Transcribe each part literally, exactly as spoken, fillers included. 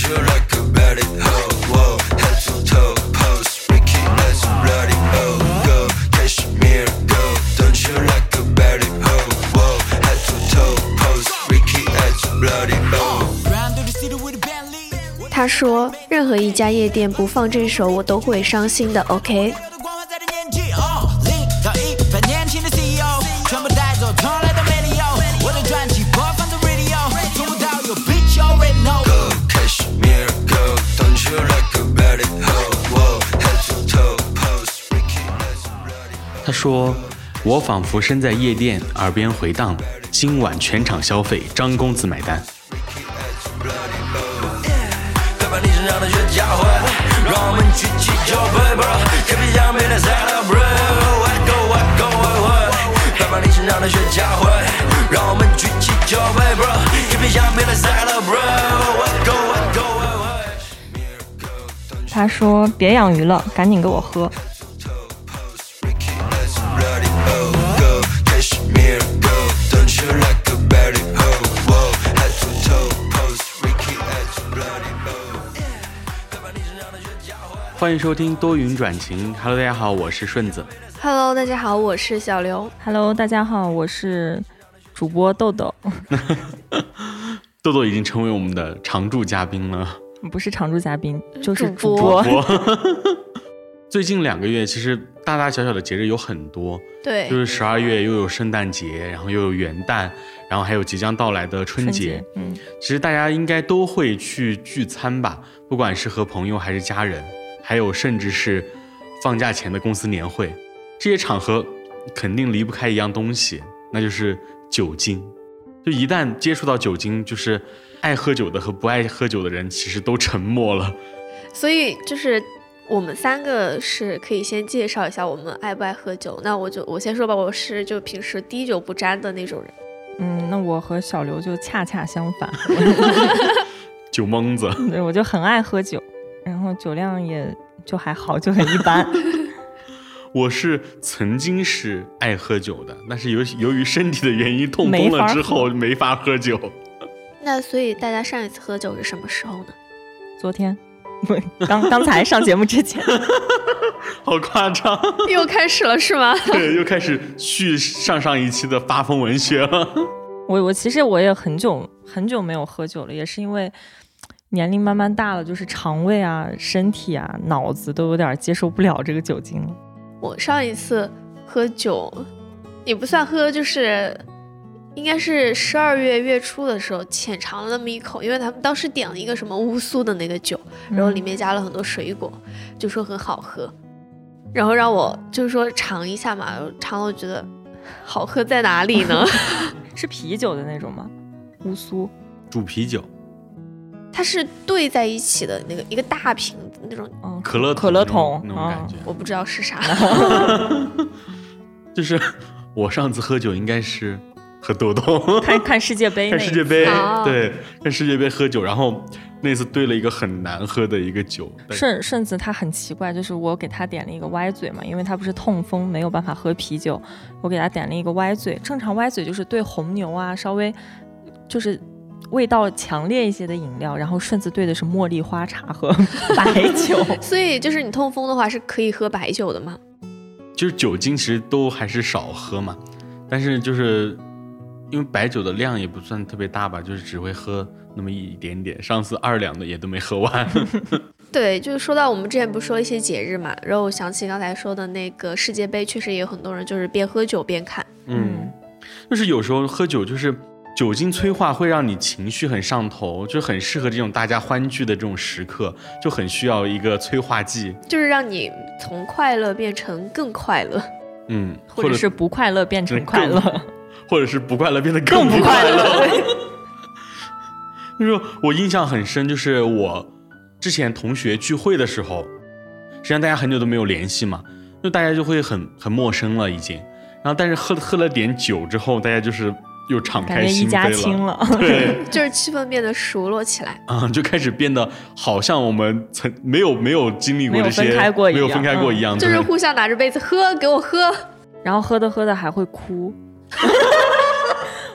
他说任何一家夜店不放这首我都会伤心的 OK。 他说我仿佛身在夜店，耳边回荡今晚全场消费张公子买单。让我们举起酒杯 bro 隔壁墙边的 celebrate 外购外购外汇拜把你身上的雪茄灰让我们举起酒杯 bro 隔壁墙边的 celebrate 外购外购外汇。 他说别养鱼了，赶紧给我喝。 欢迎收听多云转晴。 Hello 大家好，我是顺子。 Hello 大家好，我是小刘。 Hello 大家好，我是主播豆豆。 豆豆已经成为我们的常驻嘉宾了。 不是常驻嘉宾就是主播。 最近两个月其实大大小小的节日有很多， 对， 就是十二月又有圣诞节，然后又有元旦，然后还有即将到来的春节。 春节嗯， 其实大家应该都会去聚餐吧，不管是和朋友还是家人，还有甚至是放假前的公司年会，这些场合肯定离不开一样东西，那就是酒精。就一旦接触到酒精，就是爱喝酒的和不爱喝酒的人其实都沉默了。 所以就是我们三个是可以先介绍一下我们爱不爱喝酒。那我就我先说吧，我是就平时滴酒不沾的那种人。 嗯，那我和小刘就恰恰相反。 酒蒙子。 对，我就很爱喝酒，然后酒量也就还好，就很一般。 我是曾经是爱喝酒的，但是由由于身体的原因痛风了之后没法喝酒。 那所以大家上一次喝酒是什么时候呢？ 昨天，刚刚才上节目之前。 好夸张。 又开始了是吗？ 对，又开始续上上一期的发疯文学了。 我我其实我也很久很久没有喝酒了，也是因为年龄慢慢大了，就是肠胃啊、身体啊、脑子都有点接受不了这个酒精了。 我上一次喝酒也不算喝，就是应该是十二月月初的时候浅尝了那么一口，因为他们当时点了一个什么乌苏的那个酒，然后里面加了很多水果，嗯、就说很好喝，然后让我就是说尝一下嘛，尝了我觉得好喝在哪里呢？ 是啤酒的那种吗？乌苏煮啤酒， 它是兑在一起的那个一个大瓶那种、 嗯、 可乐可乐桶那种感觉、 嗯，我不知道是啥。 就是我上次喝酒应该是和豆豆看看世界杯， 看世界杯、 哦、 对，看世界杯喝酒，然后那次兑了一个很难喝的一个酒。 顺顺子他很奇怪，就是我给他点了一个歪嘴嘛，因为他不是痛风没有办法喝啤酒，我给他点了一个歪嘴。正常歪嘴就是兑红牛啊，稍微就是味道强烈一些的饮料，然后顺子兑的是茉莉花茶和白酒。 所以就是你痛风的话是可以喝白酒的吗？ 就是酒精其实都还是少喝嘛，但是就是因为白酒的量也不算特别大吧，就是只会喝那么一点点，上次二两的也都没喝完。 对，就是说到我们之前不是说一些节日嘛，然后我想起刚才说的那个世界杯，确实也有很多人就是边喝酒边看。 嗯，就是有时候喝酒就是酒精催化会让你情绪很上头，就很适合这种大家欢聚的这种时刻，就很需要一个催化剂， 就是让你从快乐变成更快乐。 嗯， 或者是不快乐变成快乐， 或者是不快乐变得更不快乐。就是我印象很深，就是我之前同学聚会的时候，实际上大家很久都没有联系嘛，就大家就会很很陌生了已经，然后但是喝喝了点酒之后，大家就是又敞开心扉了， 感觉一家亲了。 对， 就是气氛变得熟络起来啊、嗯，就开始变得好像我们曾没有没有经历过这些， 没有分开过一样， 没有分开过一样、 嗯、就是互相拿着杯子喝，给我喝， 然后喝的喝的还会哭。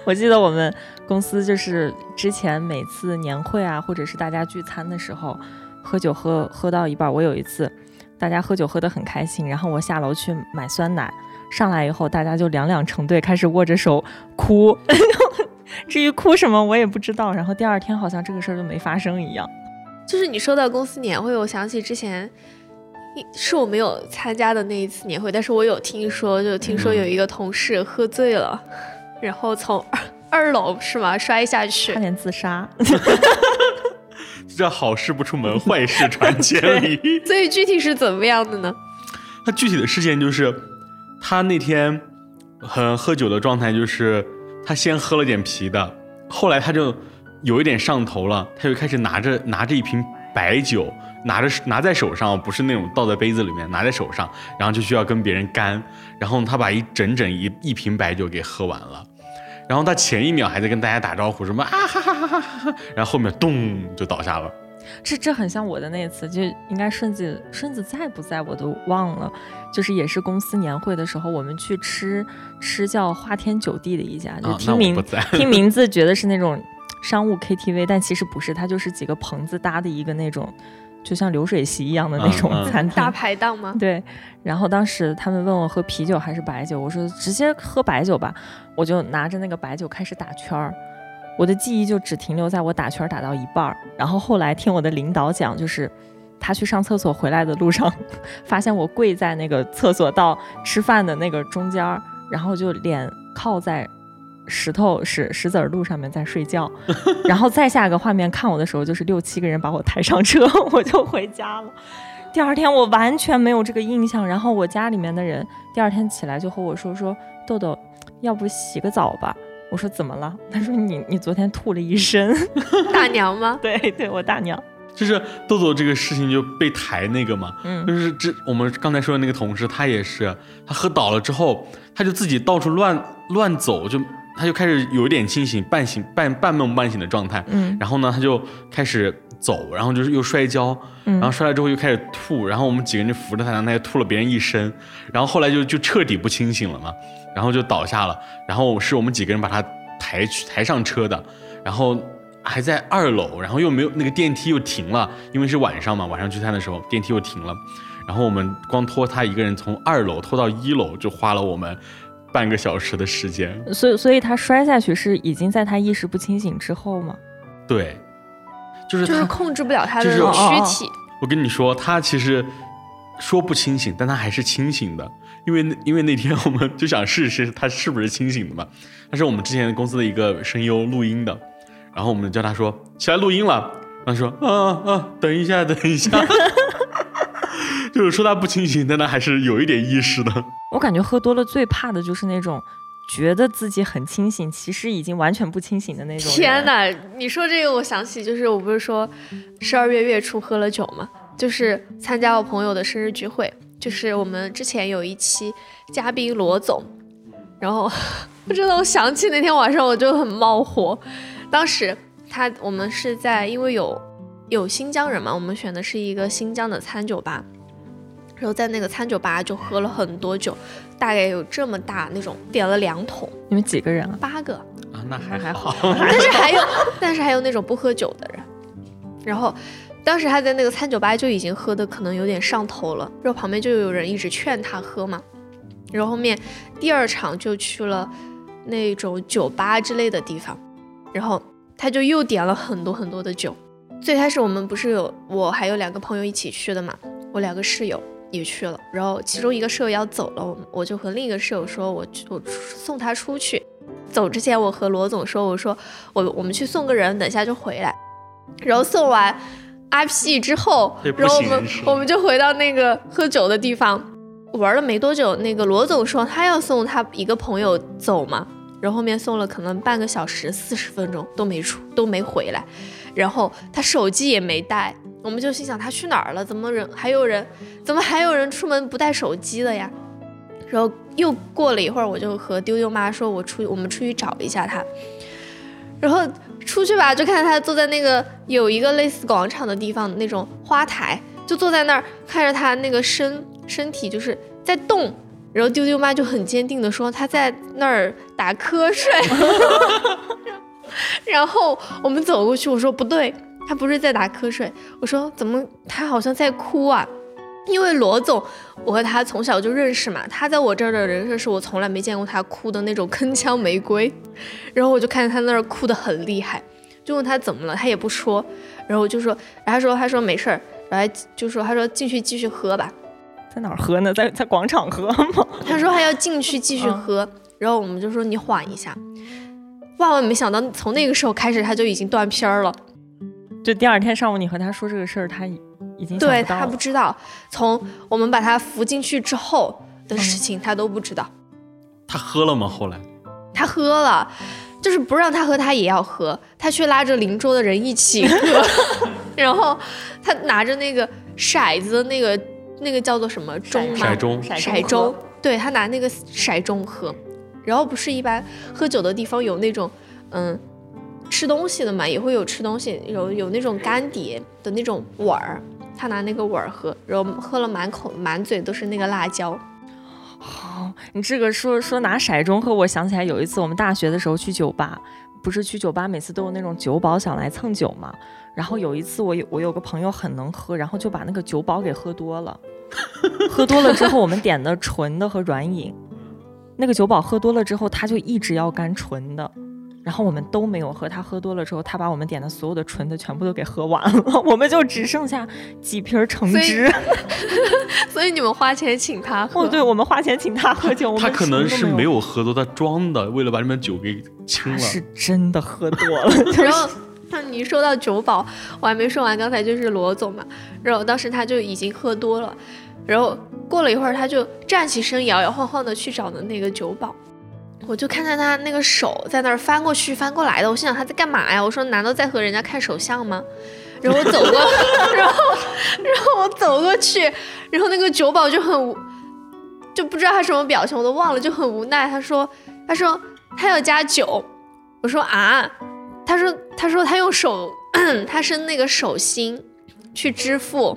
我记得我们公司就是之前每次年会啊，或者是大家聚餐的时候，喝酒喝喝到一半，我有一次大家喝酒喝得很开心，然后我下楼去买酸奶，上来以后大家就两两成对开始握着手哭至于哭什么我也不知道，然后第二天好像这个事儿就没发生一样。 就是你说到公司年会，我想起之前是我没有参加的那一次年会，但是我有听说，就听说有一个同事喝醉了，嗯、然后从二二楼是吗摔下去， 差点自杀这好事不出门，坏事传千里所以具体是怎么样的呢？ 他具体的事件就是他那天很喝酒的状态，就是他先喝了点啤的，后来他就有一点上头了，他就开始拿着拿着一瓶白酒，拿着拿在手上，不是那种倒在杯子里面，拿在手上，然后就需要跟别人干，然后他把一整整一一瓶白酒给喝完了，然后他前一秒还在跟大家打招呼，什么啊哈哈哈哈哈，然后后面咚就倒下了。 这这很像我的那次，就应该顺子顺子在不在我都忘了，就是也是公司年会的时候，我们去吃吃叫花天酒地的一家，就听名、 啊、 听名字觉得是那种商务 K T V， 但其实不是，它就是几个棚子搭的一个那种就像流水席一样的那种餐厅、 嗯嗯、大排档吗？ 对，然后当时他们问我喝啤酒还是白酒，我说直接喝白酒吧，我就拿着那个白酒开始打圈儿，我的记忆就只停留在我打圈打到一半，然后后来听我的领导讲，就是他去上厕所回来的路上发现我跪在那个厕所到吃饭的那个中间，然后就脸靠在石头石石子路上面在睡觉然后再下一个画面看我的时候，就是六七个人把我抬上车我就回家了。第二天我完全没有这个印象，然后我家里面的人第二天起来就和我说说豆豆要不洗个澡吧，我说怎么了？他说你你昨天吐了一身大娘吗？ 对对，我大娘。 就是豆豆这个事情就被抬那个嘛， 嗯， 就是这我们刚才说的那个同事，他也是，他喝倒了之后，他就自己到处乱乱走，就他就开始有一点清醒，半醒半半梦半醒的状态， 嗯， 然后呢，他就开始走，然后就是又摔跤， 嗯， 然后摔了之后又开始吐，然后我们几个人就扶着他，让他也吐了别人一身，然后后来就就彻底不清醒了嘛，然后就倒下了，然后是我们几个人把他抬去抬上车的，然后还在二楼，然后又没有那个电梯又停了，因为是晚上嘛，晚上聚餐的时候电梯又停了，然后我们光拖他一个人从二楼拖到一楼就花了我们半个小时的时间。 所以所以他摔下去是已经在他意识不清醒之后吗？ 对，就是他就是控制不了他的就是躯体、 哦、 我跟你说他其实说不清醒，但他还是清醒的，因为因为那天我们就想试试他是不是清醒的嘛，他是我们之前公司的一个声优录音的，然后我们叫他说起来录音了，他说啊啊等一下等一下就是说他不清醒，但他还是有一点意识的。 我感觉喝多了最怕的就是那种觉得自己很清醒，其实已经完全不清醒的那种人。 天哪，你说这个我想起，就是我不是说十二月月初喝了酒吗？就是参加我朋友的生日聚会，就是我们之前有一期嘉宾罗总，然后不知道我想起那天晚上我就很冒火。当时他我们是在因为有有新疆人嘛，我们选的是一个新疆的餐酒吧，然后在那个餐酒吧就喝了很多酒，大概有这么大那种，点了两桶。 你们几个人啊？ 八个啊，那还还好但是还有但是还有那种不喝酒的人。然后当时他在那个餐酒吧就已经喝的可能有点上头了，然后旁边就有人一直劝他喝嘛，然后后面第二场就去了那种酒吧之类的地方，然后他就又点了很多很多的酒。最开始我们不是有我还有两个朋友一起去的嘛，我两个室友也去了，然后其中一个室友要走了，我就和另一个室友说我我送他出去，走之前我和罗总说，我说我我们去送个人，等一下就回来。然后送完阿 P 之后，然后我们我们就回到那个喝酒的地方，玩了没多久，那个罗总说他要送他一个朋友走嘛，然后后面送了可能半个小时四十分钟都没出都没回来，然后他手机也没带，我们就心想他去哪儿了？怎么人还有人怎么还有人出门不带手机的呀？然后又过了一会儿，我就和丢丢妈说，我出我们出去找一下他。然后出去吧，就看到他坐在那个有一个类似广场的地方那种花台，就坐在那儿看着他那个身身体就是在动。然后丢丢妈就很坚定的说他在那儿打瞌睡。然后我们走过去，我说不对，他不是在打瞌睡，我说怎么他好像在哭啊？因为罗总我和他从小就认识嘛，他在我这儿的人设是我从来没见过他哭的那种铿锵玫瑰。然后我就看见他那儿哭得很厉害，就问他怎么了，他也不说。然后我就说，然后他说他说没事儿，然后就说他说进去继续喝吧。 在哪儿喝呢？在在广场喝吗？ 他说还要进去继续喝。嗯，然后我们就说你缓一下。万万没想到从那个时候开始他就已经断片了。 就第二天上午你和他说这个事儿，他已经想不到了。 对，他不知道，从我们把他扶进去之后的事情他都不知道。 他喝了吗？后来他喝了，就是不让他喝他也要喝，他却拉着邻桌的人一起喝。然后他拿着那个骰子的那个那个叫做什么盅吗？ 骰盅骰盅，对，他拿那个骰盅喝。然后不是一般喝酒的地方有那种嗯吃东西的嘛，也会有吃东西，有有那种干碟的那种碗儿，他拿那个碗儿喝，然后喝了满口满嘴都是那个辣椒。 哦，你这个说说拿骰盅喝，我想起来有一次我们大学的时候去酒吧，不是去酒吧每次都有那种酒保想来蹭酒嘛，然后有一次我有我有个朋友很能喝，然后就把那个酒保给喝多了。喝多了之后我们点的纯的和软饮，那个酒保喝多了之后他就一直要干纯的，然后我们都没有喝，他喝多了之后他把我们点的所有的纯的全部都给喝完了，我们就只剩下几瓶橙汁。 所以, 所以你们花钱请他喝。 哦，对，我们花钱请他喝酒。 他可能是没有喝多，他装的，为了把这边酒给清了。 他是真的喝多了。 然后那你说到酒保，我还没说完，刚才就是罗总嘛，然后当时他就已经喝多了，然后过了一会儿他就站起身摇摇晃晃的去找的那个酒保，我就看见他那个手在那儿翻过去翻过来的，我心想他在干嘛呀？我说难道在和人家看手相吗？然后我走过然后然后我走过去，然后那个酒保就很就不知道他什么表情，我都忘了，就很无奈。他说他说他要加酒。我说啊，他说他说他用手他伸那个手心去支付。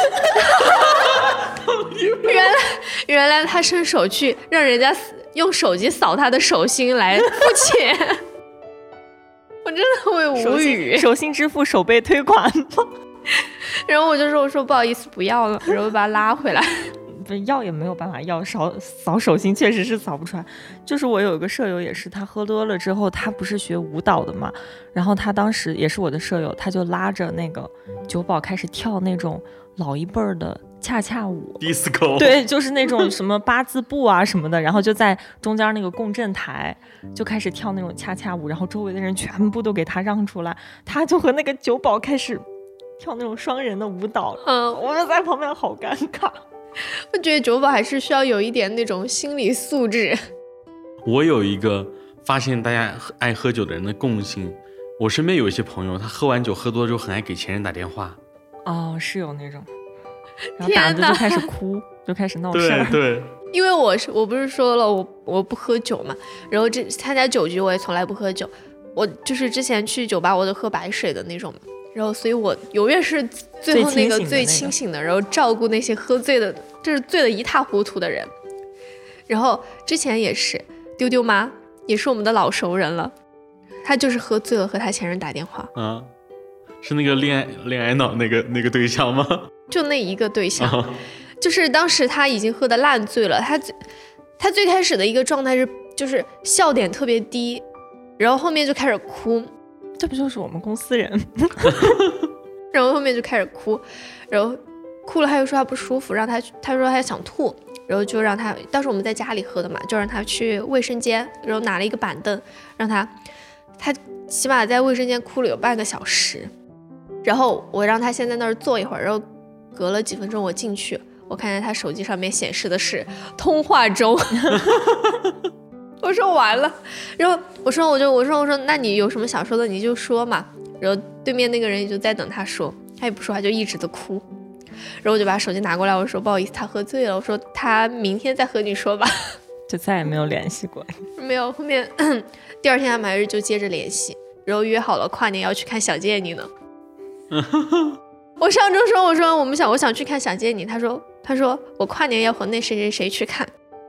原来原来他伸手去让人家用手机扫他的手心来付钱。我真的会无语。 手心支付手被退款吗？ 然后我就说我说不好意思不要了，然后把他拉回来。 要也没有办法要，扫扫手心确实是扫不出来。就是我有一个舍友也是，他喝多了之后，他不是学舞蹈的嘛，然后他当时也是我的舍友，他就拉着那个酒保开始跳那种老一辈儿的恰恰舞 disco， 对，就是那种什么八字步啊什么的，然后就在中间那个共振台就开始跳那种恰恰舞，然后周围的人全部都给他让出来，他就和那个酒保开始跳那种双人的舞蹈。嗯，我们在旁边好尴尬。 我觉得酒保还是需要有一点那种心理素质。 我有一个发现大家爱喝酒的人的共性，我身边有一些朋友，他喝完酒喝多了之后很爱给前任打电话。 哦，是有那种，然后打着就开始哭，就开始闹事儿。 对对， 因为我是我不是说了我我不喝酒嘛，然后这参加酒局我也从来不喝酒，我就是之前去酒吧我都喝白水的那种嘛。然后所以我永远是最后那个最清醒的，然后照顾那些喝醉的就是醉得一塌糊涂的人。然后之前也是丢丢妈也是我们的老熟人了，他就是喝醉了和他前任打电话。 啊，是那个恋爱恋爱脑那个那个对象吗？ 就那一个对象。啊，就是当时他已经喝得烂醉了，他他最开始的一个状态是就是笑点特别低，然后后面就开始哭。 这不就是我们公司人？ 然后后面就开始哭，然后哭了他又说他不舒服，让他他说他想吐，然后就让他，当时我们在家里喝的嘛，就让他去卫生间，然后拿了一个板凳让他，他起码在卫生间哭了有半个小时，然后我让他先在那儿坐一会儿，然后隔了几分钟我进去，我看见他手机上面显示的是通话中。我说完了，然后我说我就我说我说那你有什么想说的你就说嘛，然后对面那个人也就在等他说，他也不说话就一直的哭，然后我就把手机拿过来，我说不好意思他喝醉了，我说他明天再和你说吧。 就再也没有联系过。 没有，后面第二天他们还是就接着联系，然后约好了跨年要去看想见你呢。我上周说我说我们想我想去看想见你，他说他说我跨年要和那谁谁谁去看。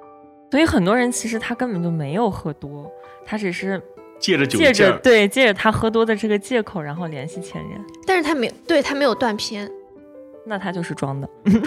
所以很多人其实他根本就没有喝多，他只是借着酒借劲儿着对借着他喝多的这个借口，然后联系前任。 但是他没有，对他没有断片， 那他就是装的。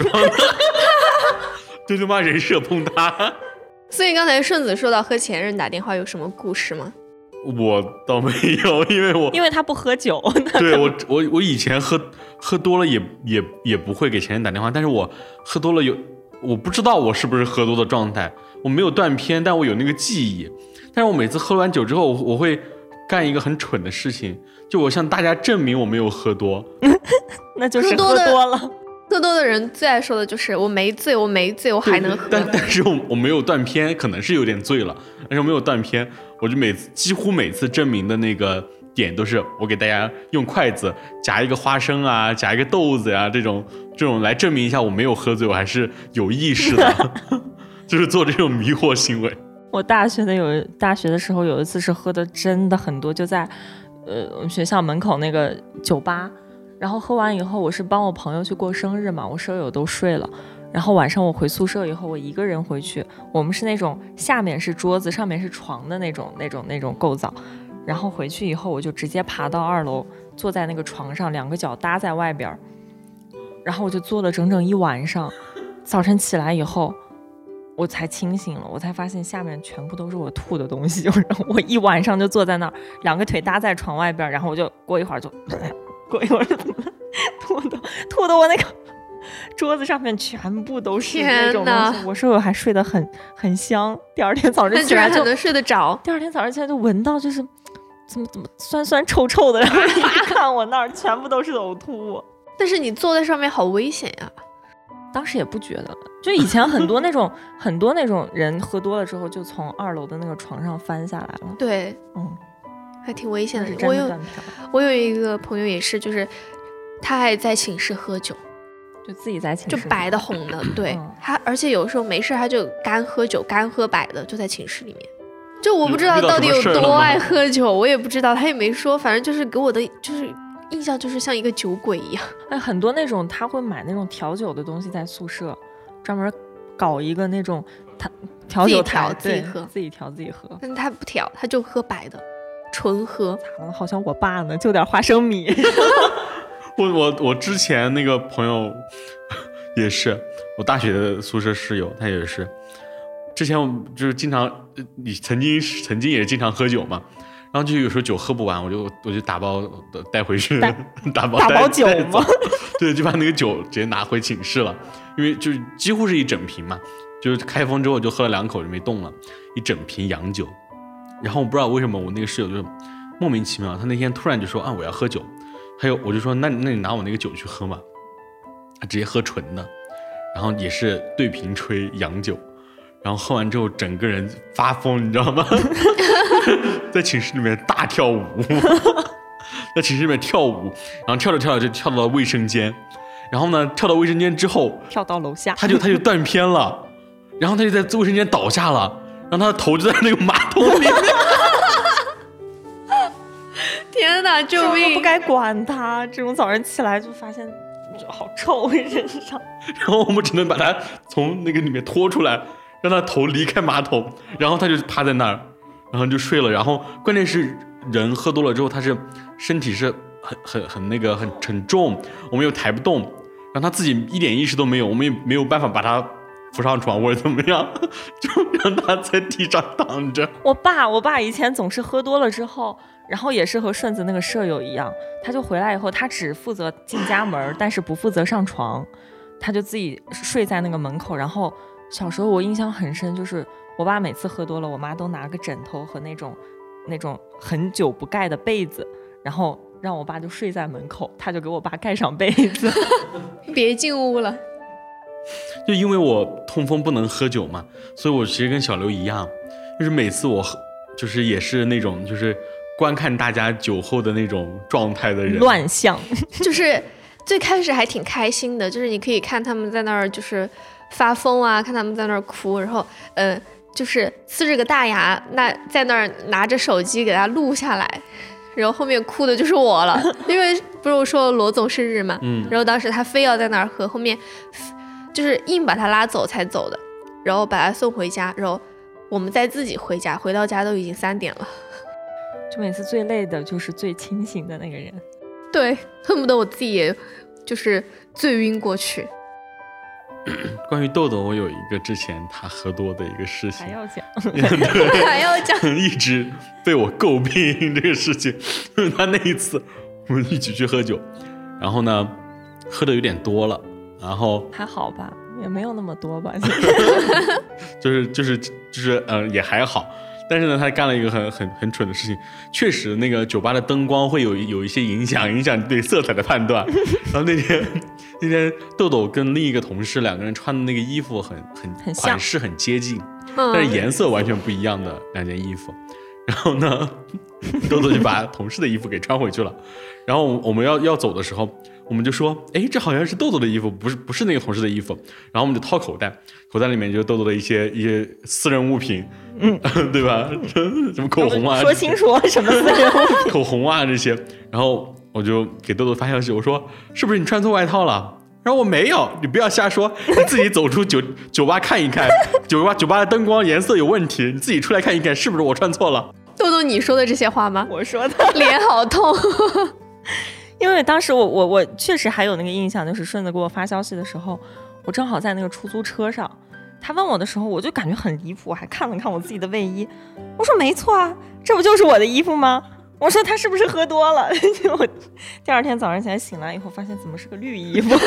对对妈人设崩塌。 所以刚才顺子说到和前任打电话有什么故事吗？ 我倒没有，因为我因为他不喝酒。 对我我我以前喝喝多了也也也不会给前任打电话，但是我喝多了有我不知道我是不是喝多的状态，我没有断片，但我有那个记忆。但是我每次喝完酒之后，我我会干一个很蠢的事情，就我向大家证明我没有喝多。 那就是喝多了。 喝多的人最爱说的就是我没醉，我没醉，我还能喝。 但但是我我没有断片，可能是有点醉了，但是我没有断片。我就每次几乎每次证明的那个点都是我给大家用筷子夹一个花生啊，夹一个豆子呀、啊，这种这种来证明一下我没有喝醉，我还是有意识的，就是做这种迷惑行为。 我大学的有大学的时候有一次是喝的真的很多，就在呃我们学校门口那个酒吧。然后喝完以后，我是帮我朋友去过生日嘛，我舍友都睡了。然后晚上我回宿舍以后，我一个人回去。我们是那种下面是桌子，上面是床的那种、那种、那种构造。然后回去以后，我就直接爬到二楼，坐在那个床上，两个脚搭在外边。然后我就坐了整整一晚上。早晨起来以后，我才清醒了，我才发现下面全部都是我吐的东西。然后我一晚上就坐在那儿，两个腿搭在床外边，然后我就过一会儿就。过一会儿吐的吐的我那个桌子上面全部都是那种东西，我舍友还睡得很很香。第二天早上起来就能睡得着。 第二天早上起来就闻到就是怎么怎么酸酸臭臭的，然后一看我那儿全部都是呕吐物。 但是你坐在上面好危险呀！ 当时也不觉得，就以前很多那种很多那种人喝多了之后就从二楼的那个床上翻下来了。 对， 嗯。 还挺危险的。 的我有我有一个朋友也是，就是他还在寝室喝酒， 就自己在寝室就白的红的，对、嗯、他，而且有时候没事他就干喝酒，干喝白的，就在寝室里面。就我不知道到底有多爱喝酒，我也不知道，他也没说，反正就是给我的就是印象就是像一个酒鬼一样。 哎，很多那种他会买那种调酒的东西在宿舍，专门搞一个那种他调酒台自己喝， 自己调自己喝。 但是他不调，他就喝白的。纯喝， 好像我爸呢，就点花生米。 我我我之前那个朋友也是，我大学的宿舍室友，他也是。之前我就是经常，你曾经曾经也经常喝酒嘛，然后就有时候酒喝不完，我就我就打包带回去，打包打包酒吗？ 对，就把那个酒直接拿回寝室了，因为就几乎是一整瓶嘛，就是开封之后就喝了两口就没动了，一整瓶洋酒。然后我不知道为什么我那个室友就莫名其妙，他那天突然就说啊我要喝酒，还有我就说那那你拿我那个酒去喝嘛，他直接喝纯的，然后也是对瓶吹洋酒，然后喝完之后整个人发疯，你知道吗？在寝室里面大跳舞，在寝室里面跳舞，然后跳着跳着就跳到了卫生间，然后呢跳到卫生间之后跳到楼下， 他就他就断片了，然后他就在卫生间倒下了。然后他的头就在那个马桶里面。 天哪，救命！ 不该管他，这种早上起来就发现就好臭身上。 然后我们只能把他从那个里面拖出来，让他头离开马桶，然后他就趴在那儿，然后就睡了。然后关键是人喝多了之后，他是身体是很很很那个很沉重，我们又抬不动，然后他自己一点意识都没有，我们也没有办法把他扶上床或者怎么样，就让他在地上躺着。 我爸，我爸以前总是喝多了之后，然后也是和顺子那个舍友一样，他就回来以后，他只负责进家门，但是不负责上床，他就自己睡在那个门口。然后小时候我印象很深，就是我爸每次喝多了，我妈都拿个枕头和那种那种很久不盖的被子，然后让我爸就睡在门口，他就给我爸盖上被子。 别进屋了。 就因为我痛风不能喝酒嘛，所以我其实跟小刘一样，就是每次我就是也是那种就是观看大家酒后的那种状态的人， 乱象。 就是最开始还挺开心的，就是你可以看他们在那儿就是发疯啊，看他们在那儿哭，然后呃就是呲着个大牙，那在那儿拿着手机给他录下来，然后后面哭的就是我了，因为不是我说罗总生日嘛，嗯，然后当时他非要在那儿喝，后面就是硬把他拉走才走的，然后把他送回家，然后我们再自己回家，回到家都已经三点了。 就每次最累的就是最清醒的那个人。 对，恨不得我自己也就是醉晕过去。 关于豆豆，我有一个之前他喝多的一个事情， 还要讲， 还要讲， 一直被我诟病这个事情。他那一次我们一起去喝酒，然后呢喝的有点多了，然后还好吧，也没有那么多吧， 就是就是就是嗯、呃、也还好。但是呢，他干了一个很很很蠢的事情，确实那个酒吧的灯光会有有一些影响，影响对色彩的判断。然后那天那天豆豆跟另一个同事两个人穿的那个衣服很很很像款式很接近， 嗯、 但是颜色完全不一样的两件衣服。然后呢，豆豆就把同事的衣服给穿回去了。然后我们要要走的时候，我们就说，哎，这好像是豆豆的衣服，不是不是那个同事的衣服。然后我们就掏口袋，口袋里面就是豆豆的一些一些私人物品，嗯，对吧？什么口红啊？ 说清楚什么私人物品？ 口红啊这些。然后我就给豆豆发消息，我说是不是你穿错外套了？然后我没有，你不要瞎说，你自己走出酒酒吧看一看，酒吧酒吧的灯光颜色有问题，你自己出来看一看，是不是我穿错了？ 豆豆，你说的这些话吗？ 我说的， 脸好痛。 因为当时我我我确实还有那个印象，就是顺子给我发消息的时候，我正好在那个出租车上，他问我的时候，我就感觉很离谱，我还看了看我自己的卫衣，我说没错啊，这不就是我的衣服吗？我说他是不是喝多了？结果第二天早上起来醒来以后，发现怎么是个绿衣服。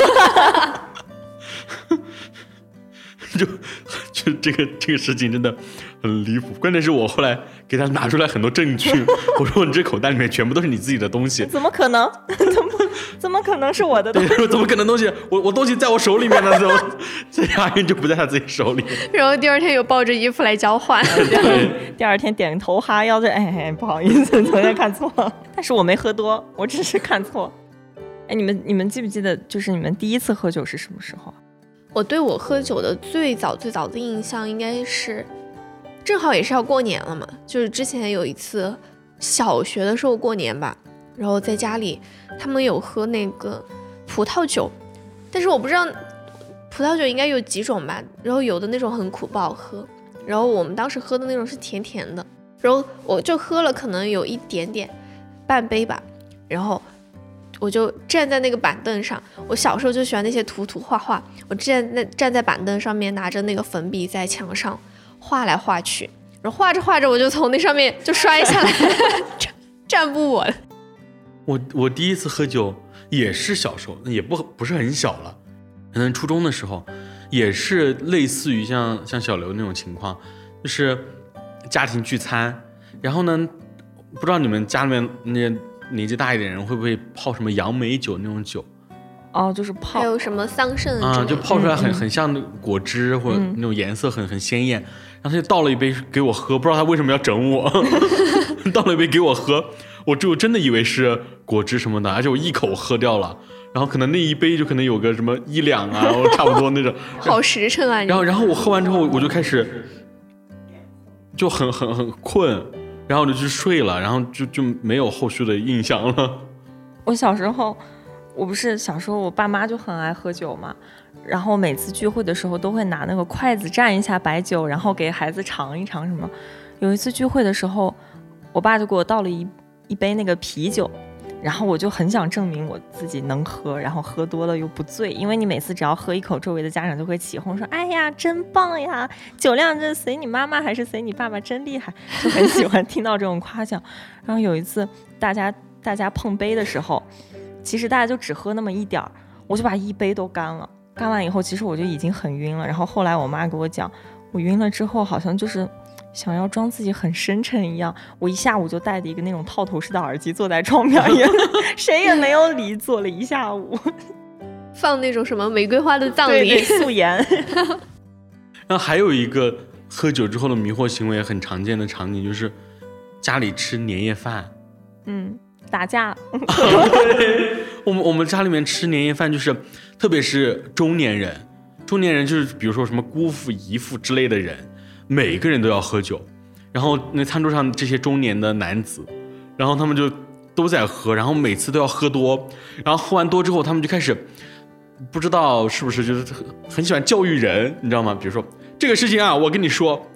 就就这个这个事情真的很离谱，关键是我后来给他拿出来很多证据，我说你这口袋里面全部都是你自己的东西， 怎么可能？怎么怎么可能是我的东西？ 对，怎么可能东西？我我东西在我手里面呢，怎么这压根就不在他自己手里？ 然后第二天有抱着衣服来交换， 对，第二天点头哈腰的，哎，不好意思，昨天看错了，但是我没喝多，我只是看错。哎，你们你们记不记得，就是你们第一次喝酒是什么时候？ 我对我喝酒的最早最早的印象应该是，正好也是要过年了嘛，就是之前有一次小学的时候过年吧，然后在家里他们有喝那个葡萄酒，但是我不知道葡萄酒应该有几种吧，然后有的那种很苦不好喝，然后我们当时喝的那种是甜甜的，然后我就喝了可能有一点点半杯吧，然后我就站在那个板凳上，我小时候就喜欢那些涂涂画画，我站在站在板凳上面拿着那个粉笔在墙上画来画去，然后画着画着我就从那上面就摔下来，站站不稳。 我我第一次喝酒也是小时候，也不不是很小了，可能初中的时候，也是类似于像像小刘那种情况，就是家庭聚餐，然后呢，不知道你们家里面那些年纪大一点人会不会泡什么杨梅酒那种酒？ 哦，就是泡， 还有什么桑葚啊，就泡出来很、 嗯、 很像果汁或者那种颜色很很鲜艳，然后他就倒了一杯给我喝，不知道他为什么要整我，倒了一杯给我喝，我就真的以为是果汁什么的，而且我一口喝掉了，然后可能那一杯就可能有个什么一两啊，差不多那种， 好实诚啊！ 然后然后我喝完之后我就开始就很很很困。然后我就去睡了，然后就就没有后续的印象了。 我小时候，我不是小时候我爸妈就很爱喝酒嘛，然后每次聚会的时候都会拿那个筷子蘸一下白酒，然后给孩子尝一尝什么。有一次聚会的时候，我爸就给我倒了一一杯那个啤酒，然后我就很想证明我自己能喝，然后喝多了又不醉，因为你每次只要喝一口，周围的家长就会起哄说：“哎呀，真棒呀，酒量这随你妈妈还是随你爸爸，真厉害。”就很喜欢听到这种夸奖。然后有一次大家大家碰杯的时候，其实大家就只喝那么一点儿，我就把一杯都干了。干完以后，其实我就已经很晕了。然后后来我妈给我讲，我晕了之后好像就是想要装自己很深沉一样，我一下午就戴着一个那种套头式的耳机坐在窗边也谁也没有理，坐了一下午， 放那种什么玫瑰花的葬礼， 对对素颜。 然后还有一个喝酒之后的迷惑行为很常见的场景，就是家里吃年夜饭， 嗯，打架。 对，我们我们家里面吃年夜饭，就是特别是中年人，中年人就是比如说什么姑父姨父之类的人，每个人都要喝酒，然后那餐桌上这些中年的男子，然后他们就都在喝，然后每次都要喝多，然后喝完多之后他们就开始不知道是不是就是很喜欢教育人，你知道吗？比如说这个事情啊，我跟你说，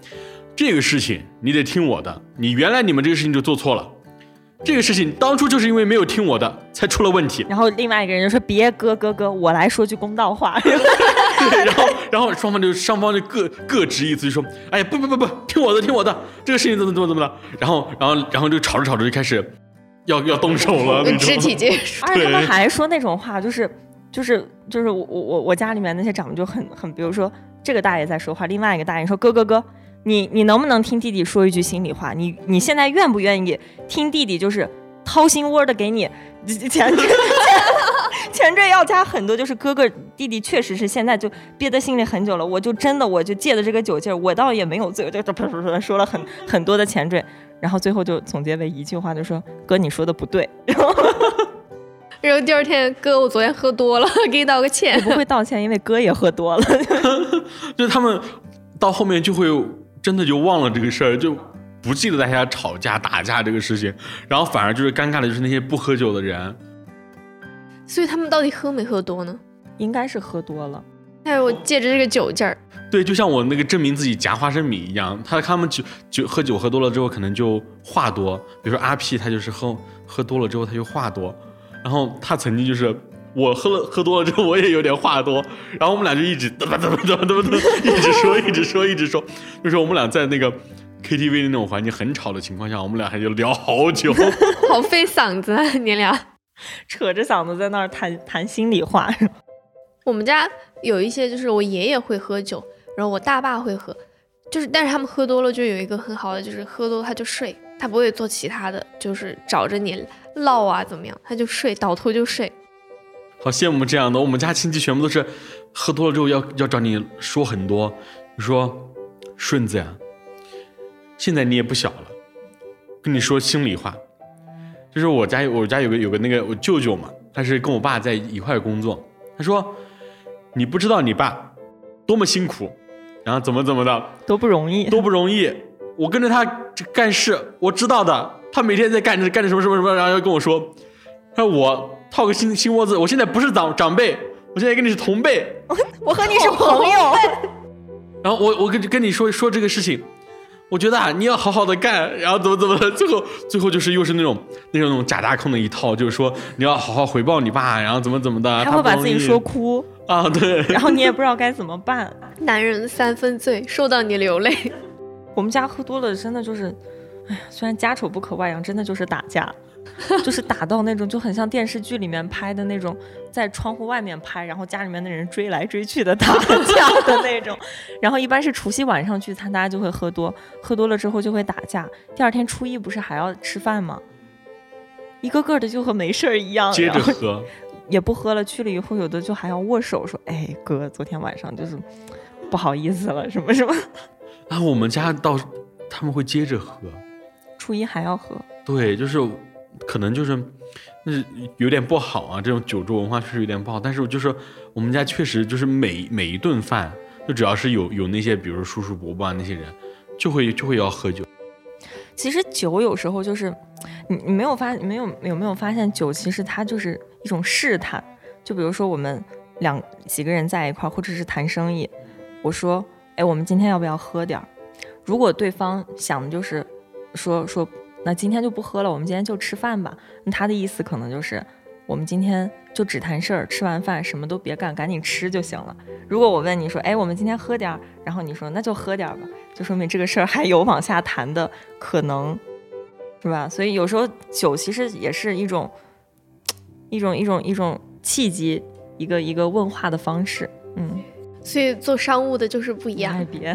这个事情你得听我的，你原来你们这个事情就做错了，这个事情当初就是因为没有听我的才出了问题。 然后另外一个人就说别哥哥哥，我来说句公道话。 对，然后然后双方就双方就各各执一词，就说哎呀不不不不，听我的听我的，这个事情怎么怎么怎么了，然后然后然后就吵着吵着就开始要要动手了， 肢体接触。 而且他们还说那种话，就是就是就是我我我家里面那些长辈就很很，比如说这个大爷在说话，另外一个大爷说哥哥哥，你你能不能听弟弟说一句心里话？你你现在愿不愿意听弟弟就是掏心窝的给你前缀前缀要加很多，就是哥哥弟弟确实是现在就憋在心里很久了，我就真的我就借的这个酒劲儿，我倒也没有醉，我就噗噗噗说了很很多的前缀，然后最后就总结为一句话，就说哥你说的不对。然后然后第二天哥我昨天喝多了，给你道个歉。 我不会道歉，因为哥也喝多了。 就他们到后面就会真的就忘了这个事儿，就不记得大家吵架打架这个事情，然后反而就是尴尬的就是那些不喝酒的人。 所以他们到底喝没喝多呢？ 应该是喝多了。 但是我借着这个酒劲儿， 对，就像我那个证明自己夹花生米一样，他他们酒酒喝酒喝多了之后可能就话多，比如说阿 P 他就是喝喝多了之后他就话多，然后他曾经就是我喝了喝多了之后我也有点话多，然后我们俩就一直嘚嘚嘚嘚嘚嘚一直说一直说一直说，就是我们俩在那个 K T V 的那种环境很吵的情况下，我们俩还就聊好久， 好费嗓子啊，你俩扯着嗓子在那儿谈谈心里话。 我们家有一些就是我爷爷会喝酒，然后我大爸会喝，就是但是他们喝多了就有一个很好的，就是喝多了他就睡，他不会做其他的，就是找着你唠啊怎么样，他就睡，倒头就睡。 好羡慕这样的，我们家亲戚全部都是喝多了之后要要找你说很多，你说顺子呀，现在你也不小了，跟你说心里话，就是我家我家有个有个那个我舅舅嘛，他是跟我爸在一块工作，他说你不知道你爸多么辛苦，然后怎么怎么的， 多不容易， 多不容易，我跟着他干事，我知道的，他每天在干着干着什么什么什么，然后要跟我说，他说我套个心心窝子，我现在不是长长辈，我现在跟你是同辈， 我和你是朋友。 然后我我跟跟你说说这个事情，我觉得啊你要好好的干，然后怎么怎么的，最后最后就是又是那种那种那种假大空的一套，就是说你要好好回报你爸，然后怎么怎么的， 他会把自己说哭啊，对， 然后你也不知道该怎么办。 男人三分醉，说到你流泪。 我们家喝多了真的就是，哎呀，虽然家丑不可外扬，真的就是打架。就是打到那种就很像电视剧里面拍的那种，在窗户外面拍，然后家里面的人追来追去的打架的那种。然后一般是除夕晚上聚餐，大家就会喝多，喝多了之后就会打架。第二天初一不是还要吃饭吗？一个个的就和没事儿一样， 接着喝， 也不喝了。去了以后，有的就还要握手说：“哎，哥，昨天晚上就是不好意思了，什么什么。” 啊，我们家倒他们会接着喝， 初一还要喝。对， 就是。可能就是就是有点不好啊，这种酒桌文化确实有点不好，但是就是我们家确实就是每每一顿饭，就只要是有有那些比如说叔叔伯伯啊那些人，就会就会要喝酒。 其实酒有时候就是你你没有发没有有没有发现酒其实它就是一种试探，就比如说我们两几个人在一块或者是谈生意，我说哎我们今天要不要喝点儿？如果对方想的就是说说。那今天就不喝了，我们今天就吃饭吧。那他的意思可能就是，我们今天就只谈事儿，吃完饭什么都别干，赶紧吃就行了。如果我问你说，哎，我们今天喝点儿，然后你说那就喝点儿吧，就说明这个事儿还有往下谈的可能，是吧？所以有时候酒其实也是一种，一种一种一种契机，一个一个问话的方式。嗯， 所以做商务的就是不一样。 哎，别。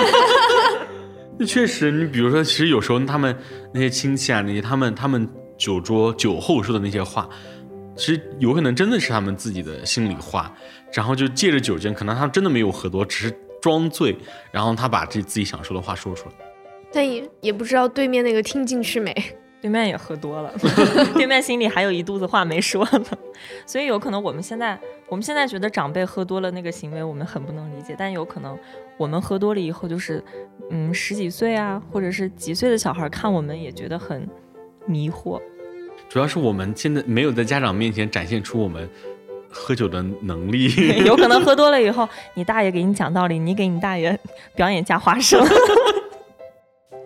确实，你比如说，其实有时候他们那些亲戚啊，那些他们他们酒桌酒后说的那些话，其实有可能真的是他们自己的心里话，然后就借着酒劲，可能他真的没有喝多，只是装醉，然后他把这自己想说的话说出来， 但也也不知道对面那个听进去没， 对面也喝多了，对面心里还有一肚子话没说呢，所以有可能我们现在我们现在觉得长辈喝多了那个行为我们很不能理解，但有可能我们喝多了以后就是嗯十几岁啊或者是几岁的小孩看我们也觉得很迷惑， 主要是我们现在没有在家长面前展现出我们喝酒的能力有可能喝多了以后你大爷给你讲道理，你给你大爷表演加花生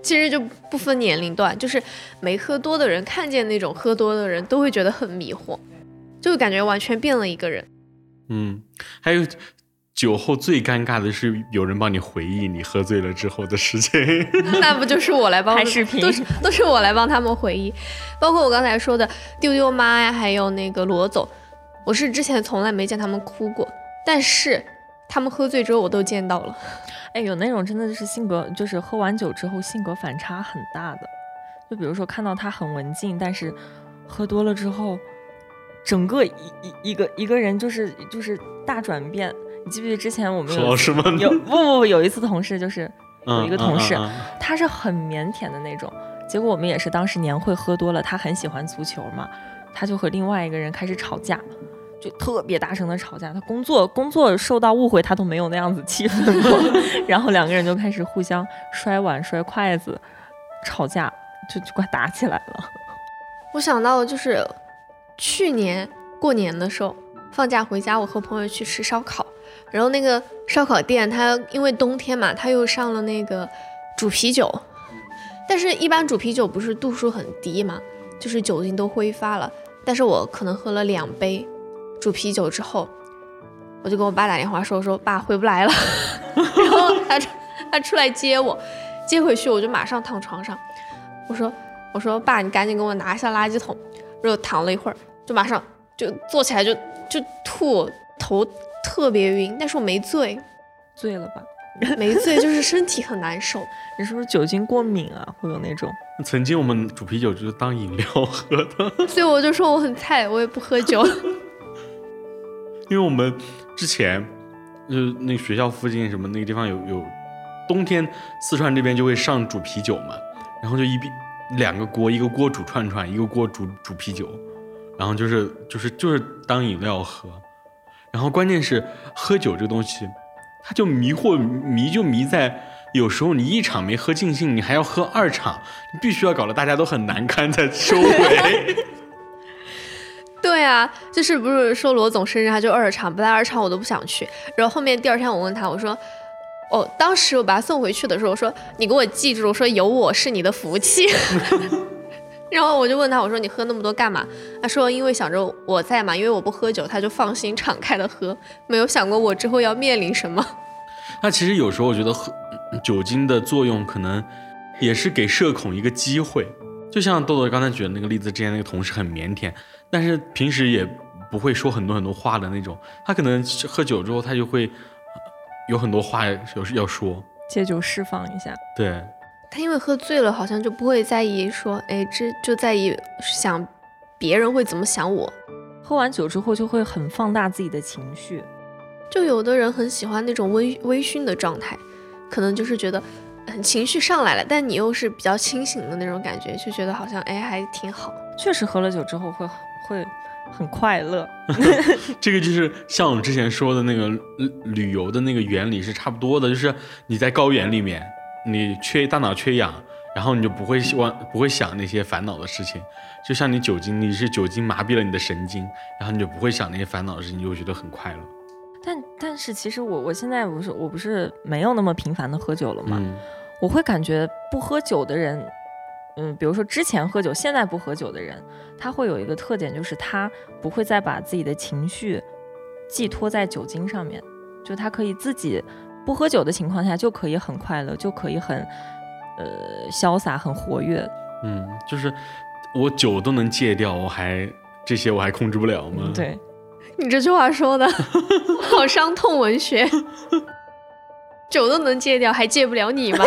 其实就不分年龄段，就是没喝多的人看见那种喝多的人都会觉得很迷惑，就感觉完全变了一个人。 嗯，还有酒后最尴尬的是有人帮你回忆你喝醉了之后的事情。 那不就是我来帮拍视频， 都是都是我来帮他们回忆，包括我刚才说的丢丢妈呀，还有那个罗总，我是之前从来没见他们哭过，但是他们喝醉之后我都见到了。 哎，有那种真的就是性格，就是喝完酒之后性格反差很大的，就比如说看到他很文静，但是喝多了之后，整个一一一个一个人就是就是大转变。你记不记得之前我们有什么有不不不有一次同事就是有一个同事， 嗯嗯嗯嗯、 他是很腼腆的那种，结果我们也是当时年会喝多了，他很喜欢足球嘛，他就和另外一个人开始吵架。就特别大声的吵架，他工作工作受到误会，他都没有那样子气愤过。然后两个人就开始互相摔碗、摔筷子，吵架，就就快打起来了。 我想到就是去年过年的时候，放假回家，我和朋友去吃烧烤，然后那个烧烤店，它因为冬天嘛，它又上了那个煮啤酒，但是一般煮啤酒不是度数很低嘛，就是酒精都挥发了，但是我可能喝了两杯。煮啤酒之后，我就跟我爸打电话说：“我说爸回不来了。”然后他他出来接我，接回去我就马上躺床上，我说我说爸，你赶紧给我拿下垃圾桶。然后躺了一会儿，就马上就坐起来就就吐，头特别晕，但是我没醉， 醉了吧？ 没醉，就是身体很难受。 你是不是酒精过敏啊？会有那种？ 曾经我们煮啤酒就是当饮料喝的， 所以我就说我很菜，我也不喝酒。 因为我们之前就是那个学校附近什么那个地方有有冬天四川这边就会上煮啤酒嘛，然后就一两个锅，一个锅煮串串，一个锅煮煮啤酒，然后就是就是就是当饮料喝。然后关键是喝酒这个东西，它就迷惑迷就迷在有时候你一场没喝尽兴，你还要喝二场，你必须要搞得大家都很难堪才收尾。 对啊，就是不是说罗总生日他就二场，不带二场我都不想去。然后后面第二天我问他，我说，哦，当时我把他送回去的时候，我说你给我记住，我说有我是你的福气。然后我就问他，我说你喝那么多干嘛？他说因为想着我在嘛，因为我不喝酒，他就放心敞开的喝，没有想过我之后要面临什么。 那其实有时候我觉得喝酒精的作用可能也是给社恐一个机会。就像豆豆刚才举的那个例子，之前那个同事很腼腆，但是平时也不会说很多很多话的那种，他可能喝酒之后他就会有很多话要说， 借酒释放一下。 对， 他因为喝醉了好像就不会在意说，哎，这就在意想别人会怎么想我。 喝完酒之后就会很放大自己的情绪， 就有的人很喜欢那种微微醺的状态，可能就是觉得情绪上来了，但你又是比较清醒的那种感觉，就觉得好像哎还挺好。 确实喝了酒之后会会很快乐。 这个就是像我们之前说的那个旅游的那个原理是差不多的，就是你在高原里面，你缺大脑缺氧，然后你就不会希望不会想那些烦恼的事情。就像你酒精，你是酒精麻痹了你的神经，然后你就不会想那些烦恼的事情，你就会觉得很快乐。 但但是其实我我现在不是我不是没有那么频繁的喝酒了嘛、 嗯， 我会感觉不喝酒的人，嗯，比如说之前喝酒现在不喝酒的人，他会有一个特点，就是他不会再把自己的情绪寄托在酒精上面，就他可以自己不喝酒的情况下就可以很快乐，就可以很呃潇洒很活跃。 嗯，就是我酒都能戒掉，我还这些我还控制不了吗？ 对， 你这句话说的好伤痛文学。酒都能戒掉，还戒不了你吗？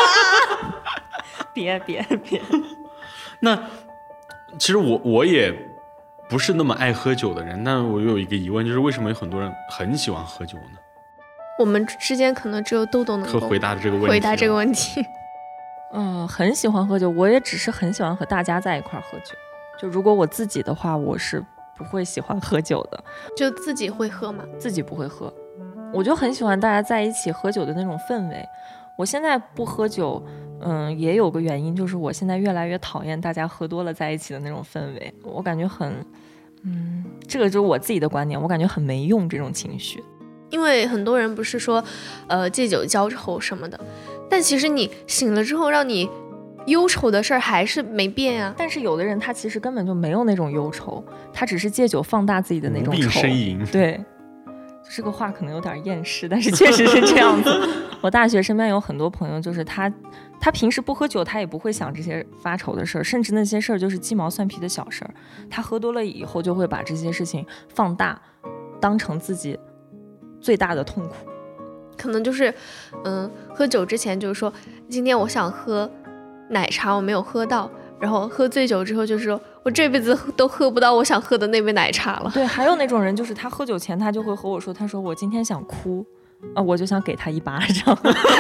别别别！ 那其实我我也不是那么爱喝酒的人，但我有一个疑问，就是为什么有很多人很喜欢喝酒呢？ 我们之间可能只有豆豆能够回答这个问题。 回答这个问题。 嗯，很喜欢喝酒，我也只是很喜欢和大家在一块喝酒。就如果我自己的话，我是不会喜欢喝酒的。 就自己会喝吗？ 自己不会喝。我就很喜欢大家在一起喝酒的那种氛围。我现在不喝酒，嗯，也有个原因，就是我现在越来越讨厌大家喝多了在一起的那种氛围。我感觉很，嗯，这个就是我自己的观点，我感觉很没用这种情绪。 因为很多人不是说，呃，借酒浇愁什么的，但其实你醒了之后，让你忧愁的事儿还是没变啊。 但是有的人他其实根本就没有那种忧愁，他只是借酒放大自己的那种无病愁。 呻吟。 对，这个话可能有点厌世，但是确实是这样子。我大学身边有很多朋友，就是他他平时不喝酒，他也不会想这些发愁的事儿，甚至那些事儿就是鸡毛蒜皮的小事儿，他喝多了以后就会把这些事情放大，当成自己最大的痛苦。 可能就是，嗯，喝酒之前就是说，今天我想喝奶茶，我没有喝到，然后喝醉酒之后就是说我这辈子都喝不到我想喝的那杯奶茶了。 对，还有那种人就是他喝酒前他就会和我说，他说我今天想哭，啊，我就想给他一巴掌。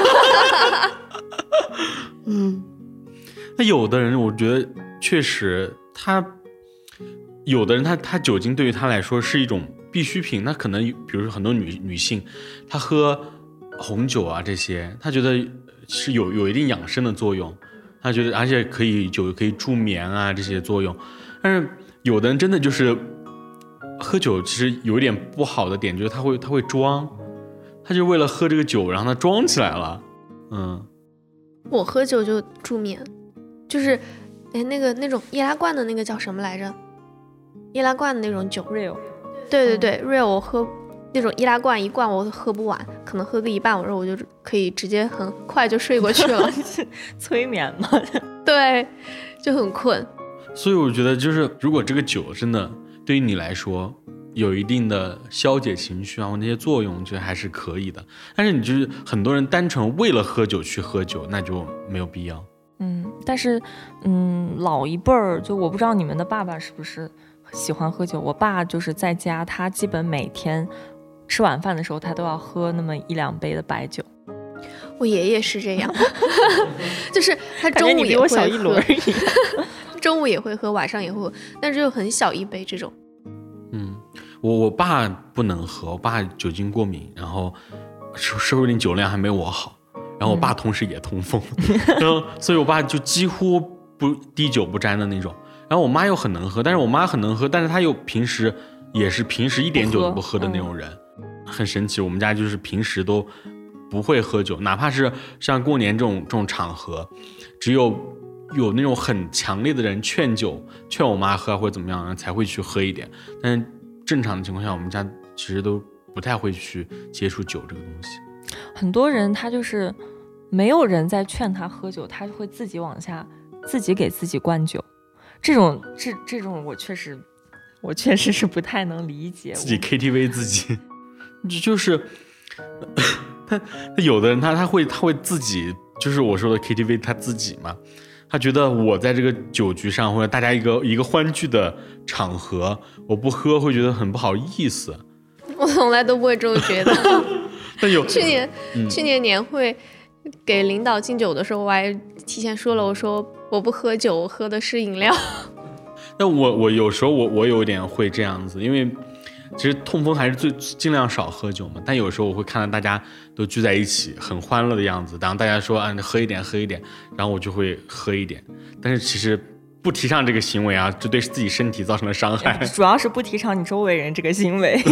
嗯，那有的人我觉得确实他，有的人他他酒精对于他来说是一种必需品，那可能比如说很多女女性，她喝红酒啊这些，她觉得是有有一定养生的作用，她觉得而且可以酒可以助眠啊这些作用，但是有的人真的就是喝酒其实有一点不好的点，就是他会他会装，他就为了喝这个酒，然后他装起来了。嗯， 我喝酒就助眠，就是哎那个那种易拉罐的那个叫什么来着？易拉罐的那种酒 real。 对对对、嗯、real 我喝那种易拉罐一罐我喝不完，可能喝个一半我说我就可以直接很快就睡过去了。 催眠嘛。 对，就很困。 所以我觉得就是如果这个酒真的对于你来说有一定的消解情绪啊或那些作用，觉得还是可以的。但是你就是很多人单纯为了喝酒去喝酒，那就没有必要。 嗯，但是嗯，老一辈儿就我不知道你们的爸爸是不是喜欢喝酒。我爸就是在家，他基本每天吃晚饭的时候，他都要喝那么一两杯的白酒。 我爷爷是这样，就是他中午也会喝， 感觉你比我小一轮而已。 中午也会喝，晚上也会喝，但是就很小一杯这种。 嗯，我我爸不能喝，我爸酒精过敏，然后说不定酒量还没我好。然后我爸同时也痛风，嗯、然后所以我爸就几乎不滴酒不沾的那种。然后我妈又很能喝，但是我妈很能喝，但是她又平时也是平时一点酒都不喝的那种人，嗯、很神奇。我们家就是平时都不会喝酒，哪怕是像过年这种这种场合，只有有那种很强烈的人劝酒，劝我妈喝或者怎么样才会去喝一点。但是正常的情况下，我们家其实都不太会去接触酒这个东西。 很多人他就是没有人在劝他喝酒，他会自己往下自己给自己灌酒。这种这这种我确实我确实是不太能理解。 自己 K T V 自己就是他他有的人他他会他会自己就是我说的 K T V 他自己嘛，他觉得我在这个酒局上或者大家一个一个欢聚的场合，我不喝会觉得很不好意思。 我从来都不会这么觉得。 但有去年、 嗯、 去年年会给领导敬酒的时候，我还提前说了，我说我不喝酒，我喝的是饮料。 但我我有时候我我有点会这样子，因为其实痛风还是最尽量少喝酒嘛。但有时候我会看到大家都聚在一起，很欢乐的样子，然后大家说啊，喝一点喝一点，然后我就会喝一点。但是其实不提倡这个行为啊，这对自己身体造成了伤害。 主要是不提倡你周围人这个行为。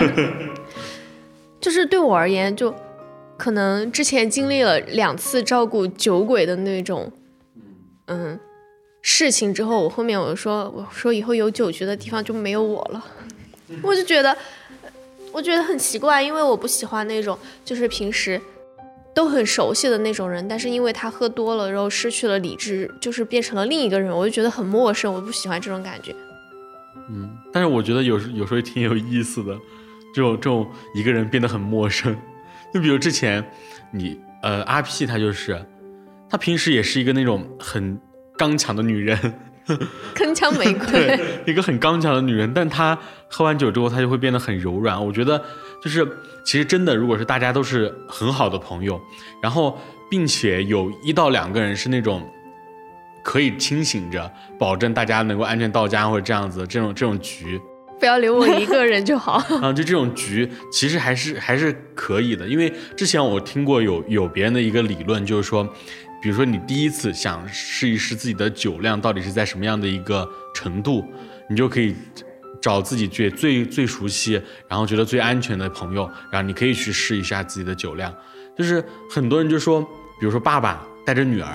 就是对我而言，就可能之前经历了两次照顾酒鬼的那种嗯事情之后，我后面我说我说以后有酒局的地方就没有我了。我就觉得我觉得很奇怪，因为我不喜欢那种就是平时都很熟悉的那种人，但是因为他喝多了然后失去了理智，就是变成了另一个人，我就觉得很陌生，我不喜欢这种感觉。 嗯，但是我觉得有时有时候挺有意思的，这种这种一个人变得很陌生。就比如之前你呃阿 P 她就是她平时也是一个那种很刚强的女人， 铿锵玫瑰。 对，一个很刚强的女人，但她喝完酒之后她就会变得很柔软。我觉得就是其实真的如果是大家都是很好的朋友，然后并且有一到两个人是那种可以清醒着保证大家能够安全到家或者这样子这种这种局， 不要留我一个人就好。 啊，就这种局其实还是还是可以的。因为之前我听过有有别人的一个理论，就是说比如说你第一次想试一试自己的酒量到底是在什么样的一个程度，你就可以找自己最最最熟悉然后觉得最安全的朋友，然后你可以去试一下自己的酒量。就是很多人就说比如说爸爸带着女儿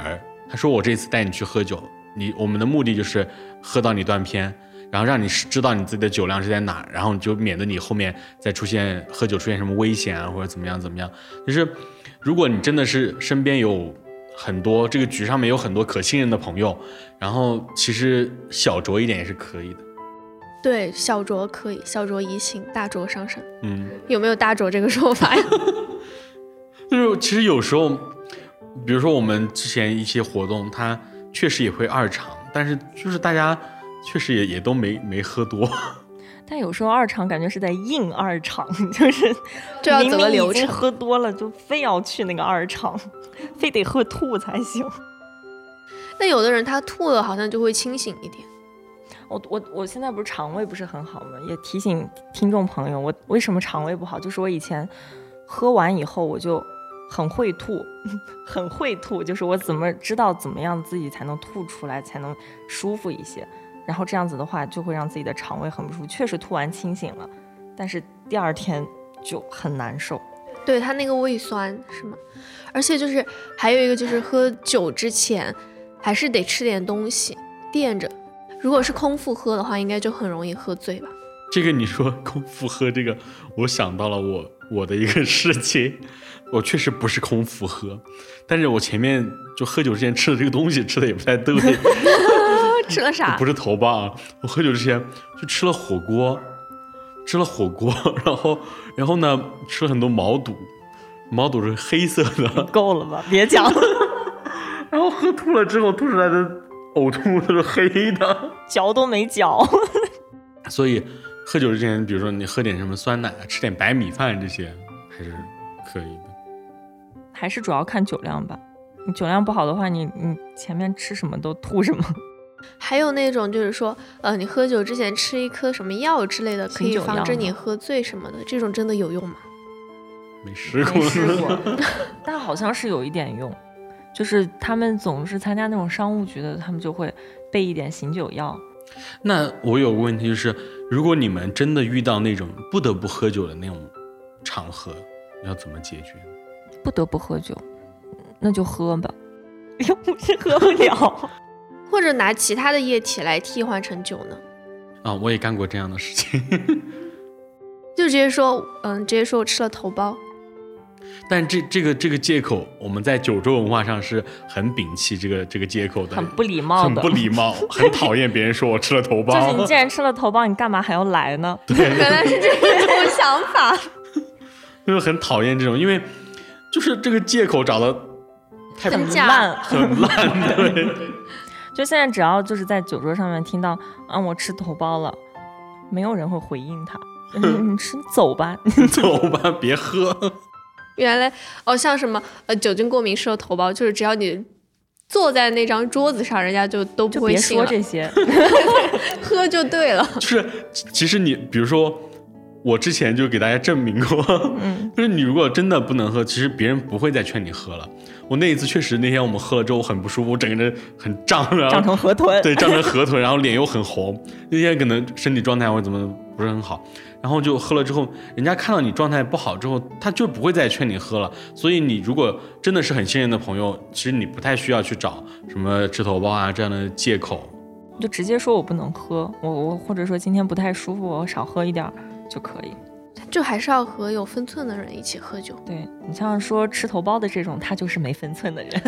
他说我这次带你去喝酒，你我们的目的就是喝到你断片，然后让你知道你自己的酒量是在哪，然后就免得你后面再出现喝酒出现什么危险啊，或者怎么样怎么样。就是如果你真的是身边有很多这个局上面有很多可信任的朋友，然后其实小酌一点也是可以的。 对，小酌可以，小酌怡情，大酌伤身。 嗯， 有没有大酌这个说法呀？ 就是其实有时候，比如说我们之前一些活动，它确实也会二场，但是就是大家确实也也都没没喝多。 但有时候二场感觉是在硬二场，就是就要走个流程， 明明已经喝多了就非要去那个二场，非得喝吐才行。 那有的人他吐了好像就会清醒一点。 我我我现在不是肠胃不是很好吗？也提醒听众朋友，我为什么肠胃不好？就是我以前喝完以后我就很会吐，很会吐，就是我怎么知道怎么样自己才能吐出来，才能舒服一些。然后这样子的话，就会让自己的肠胃很不舒服。确实吐完清醒了，但是第二天就很难受。 对，他那个胃酸是吗？而且就是还有一个就是喝酒之前还是得吃点东西垫着。如果是空腹喝的话，应该就很容易喝醉吧。 这个你说空腹喝这个，我想到了我我的一个事情。我确实不是空腹喝，但是我前面就喝酒之前吃的这个东西吃的也不太对。 吃了啥？ 不是头孢啊，我喝酒之前就吃了火锅，吃了火锅，然后然后呢吃了很多毛肚，毛肚是黑色的。 够了吧，别讲。 然后喝吐了之后吐出来的呕吐都是黑的， 嚼都没嚼。 所以喝酒之前，比如说你喝点什么酸奶，吃点白米饭，这些还是可以的。 还是主要看酒量吧，你酒量不好的话，你你前面吃什么都吐什么。 还有那种就是说，呃，你喝酒之前吃一颗什么药之类的，可以防止你喝醉什么的，这种真的有用吗？ 没试过， 没试过，但好像是有一点用。就是他们总是参加那种商务局的，他们就会备一点醒酒药。 那我有个问题就是，如果你们真的遇到那种不得不喝酒的那种场合，要怎么解决？ 不得不喝酒，那就喝吧，又不是喝不了。 或者拿其他的液体来替换成酒呢？ 啊，我也干过这样的事情。 就直接说，嗯，直接说我吃了头孢。 但这这个这个借口，我们在九州文化上是很摒弃这个这个借口的， 很不礼貌的， 很不礼貌，很讨厌别人说我吃了头孢。 就是你既然吃了头孢，你干嘛还要来呢？ 对， 原来是这种想法。 就是很讨厌这种，因为就是这个借口找的太很烂， 很烂，对。 就现在只要就是在酒桌上面听到，嗯，我吃头孢了，没有人会回应他。嗯，你吃，走吧， 走吧，别喝。 原来哦，像什么呃酒精过敏是有头孢，就是只要你坐在那张桌子上，人家就都不会信了。 就别说这些， 喝就对了。 就是其实你比如说，我之前就给大家证明过，嗯，就是你如果真的不能喝，其实别人不会再劝你喝了。我那一次确实，那天我们喝了之后很不舒服，我整个人很胀，然后胀成河豚， 对，胀成河豚，然后脸又很红。那天可能身体状态或者怎么不是很好。然后就喝了之后，人家看到你状态不好之后，他就不会再劝你喝了。所以你如果真的是很信任的朋友，其实你不太需要去找什么吃头孢啊这样的借口， 你就直接说我不能喝，我我或者说今天不太舒服，我少喝一点就可以。 就还是要和有分寸的人一起喝酒。 对，你像说吃头孢的这种，他就是没分寸的人。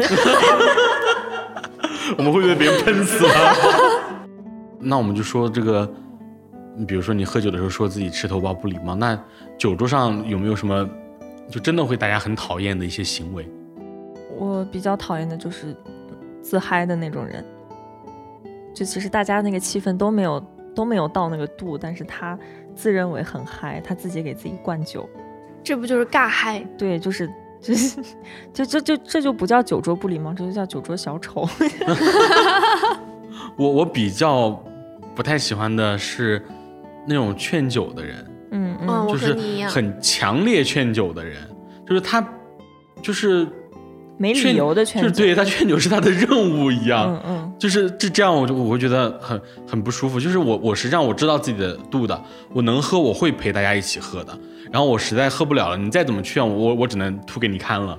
我们会被别人喷死吗？那我们就说这个。比如说你喝酒的时候说自己吃头孢不礼貌，那酒桌上有没有什么就真的会大家很讨厌的一些行为？ 我比较讨厌的就是自嗨的那种人，就其实大家那个气氛都没有都没有到那个度，但是他自认为很嗨，他自己给自己灌酒， 这不就是尬嗨？ 对，就是就是就就就这就不叫酒桌不礼貌，这就叫酒桌小丑。 我我比较不太喜欢的是那种劝酒的人， 嗯嗯， 就是很强烈劝酒的人，就是他就是没理由的劝酒， 就是对他劝酒是他的任务一样， 嗯嗯， 就是这这样我就我会觉得很很不舒服。就是我我实际上我知道自己的度的，我能喝我会陪大家一起喝的，然后我实在喝不了了，你再怎么劝我，我我只能吐给你看了。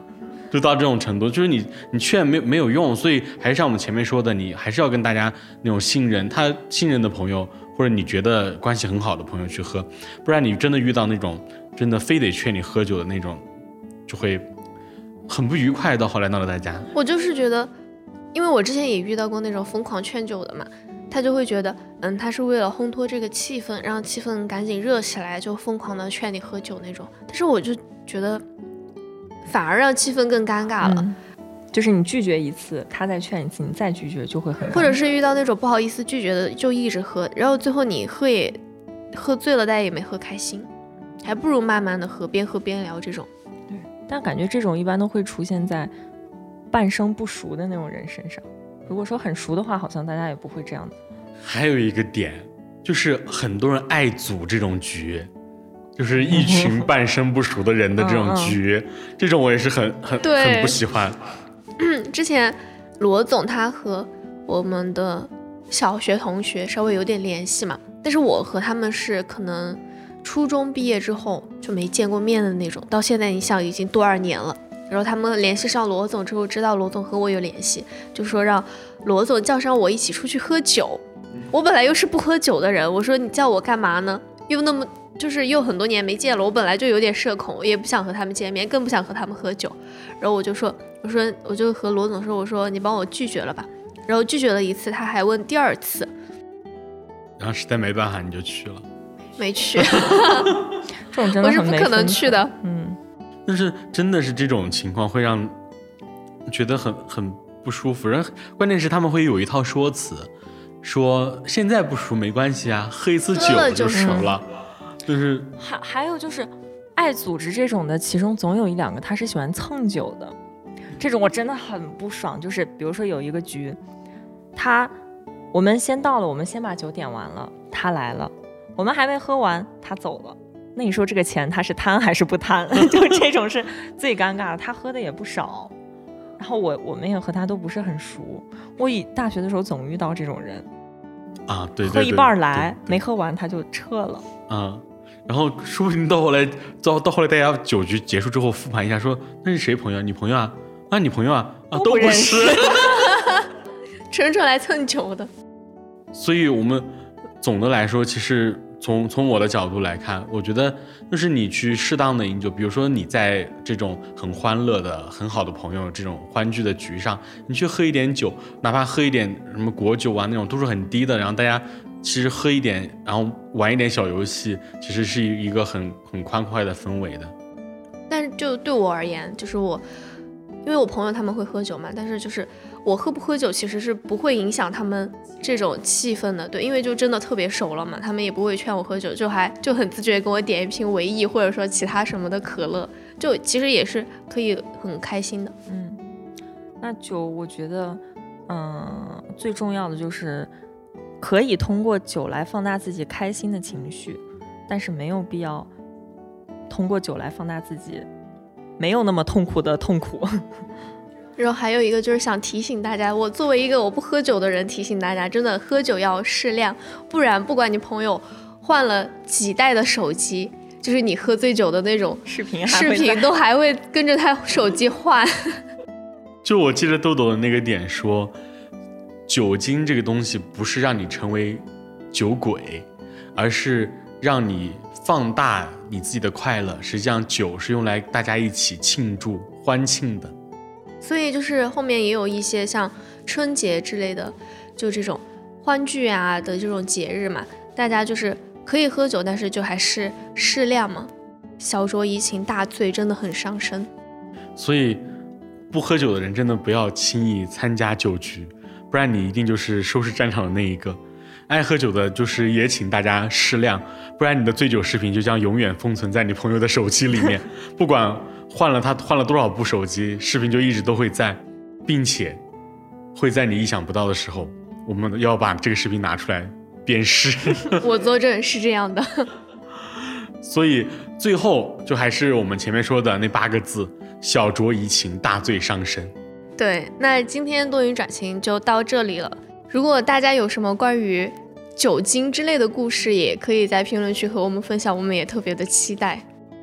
就到这种程度，就是你你劝没没有用，所以还是像我们前面说的，你还是要跟大家那种信任他信任的朋友，或者你觉得关系很好的朋友去喝，不然你真的遇到那种真的非得劝你喝酒的那种，就会很不愉快，到后来闹到大家。 我就是觉得，因为我之前也遇到过那种疯狂劝酒的嘛，他就会觉得，嗯，他是为了烘托这个气氛，让气氛赶紧热起来，就疯狂的劝你喝酒那种。但是我就觉得，反而让气氛更尴尬了。 嗯，就是你拒绝一次，他再劝一次，你再拒绝就会很， 或者是遇到那种不好意思拒绝的，就一直喝，然后最后你喝也喝醉了，大家也没喝开心，还不如慢慢的喝，边喝边聊这种。 对，但感觉这种一般都会出现在半生不熟的那种人身上。如果说很熟的话，好像大家也不会这样的。 还有一个点，就是很多人爱组这种局，就是一群半生不熟的人的这种局，嗯嗯，这种我也是很很很不喜欢。 之前罗总他和我们的小学同学稍微有点联系嘛，但是我和他们是可能初中毕业之后就没见过面的那种，到现在你想已经多少年了。然后他们联系上罗总之后，知道罗总和我有联系，就说让罗总叫上我一起出去喝酒。我本来又是不喝酒的人，我说你叫我干嘛呢？又那么就是又很多年没见了，我本来就有点社恐，我也不想和他们见面，更不想和他们喝酒。然后我就说，我说我就和罗总说，我说你帮我拒绝了吧。然后拒绝了一次，他还问第二次， 然后实在没办法你就去了。 没去。 这种真的我是不可能去的。 嗯。 但是真的是这种情况会让觉得很很不舒服，然后关键是他们会有一套说辞，说现在不熟没关系啊，喝一次酒就熟了。就是还还有就是爱组织这种的，其中总有一两个他是喜欢蹭酒的，这种我真的很不爽。就是比如说有一个局，他我们先到了，我们先把酒点完了，他来了，我们还没喝完，他走了。那你说这个钱他是贪还是不贪？就这种是最尴尬的。他喝的也不少，然后我我们也和他都不是很熟。我以大学的时候总遇到这种人啊，对对对， 喝一半来没喝完他就撤了啊。然后说不定到后来到到后来大家酒局结束之后复盘一下，说那是谁朋友？你朋友啊？啊，你朋友啊？啊，都不是， 纯纯来蹭酒的。 所以我们总的来说，其实。从从我的角度来看，我觉得就是你去适当的饮酒，比如说你在这种很欢乐的、很好的朋友这种欢聚的局上，你去喝一点酒，哪怕喝一点什么果酒啊那种度数很低的，然后大家其实喝一点，然后玩一点小游戏，其实是一个很很欢快的氛围的。 但是就对我而言，就是我，因为我朋友他们会喝酒嘛，但是就是我喝不喝酒其实是不会影响他们这种气氛的，对，因为就真的特别熟了嘛，他们也不会劝我喝酒，就还就很自觉给我点一瓶维 E 或者说其他什么的可乐，就其实也是可以很开心的。 嗯，那酒我觉得，嗯，最重要的就是可以通过酒来放大自己开心的情绪，但是没有必要通过酒来放大自己没有那么痛苦的痛苦。 然后还有一个就是想提醒大家，我作为一个我不喝酒的人，提醒大家真的喝酒要适量，不然不管你朋友换了几代的手机，就是你喝醉酒的那种视频视频都还会跟着他手机换。 就我记得豆豆的那个点说，酒精这个东西不是让你成为酒鬼，而是让你放大你自己的快乐，实际上酒是用来大家一起庆祝欢庆的。 所以就是后面也有一些像春节之类的，就这种欢聚啊的这种节日嘛，大家就是可以喝酒，但是就还是适量嘛，小酌怡情，大醉真的很伤身。 所以不喝酒的人真的不要轻易参加酒局，不然你一定就是收拾战场的那一个。爱喝酒的就是也请大家适量，不然你的醉酒视频就将永远封存在你朋友的手机里面，不管换了他换了多少部手机，视频就一直都会在，并且会在你意想不到的时候，我们要把这个视频拿出来鞭尸。 我作证是这样的。 所以最后就还是我们前面说的那八个字：小酌怡情，大醉伤身。 对，那今天多云转晴就到这里了。如果大家有什么关于酒精之类的故事，也可以在评论区和我们分享，我们也特别的期待。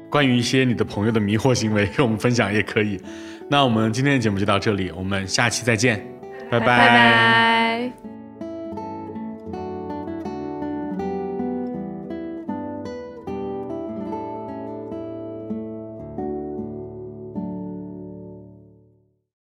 关于一些你的朋友的迷惑行为跟我们分享也可以。那我们今天的节目就到这里，我们下期再见，拜拜。 拜拜。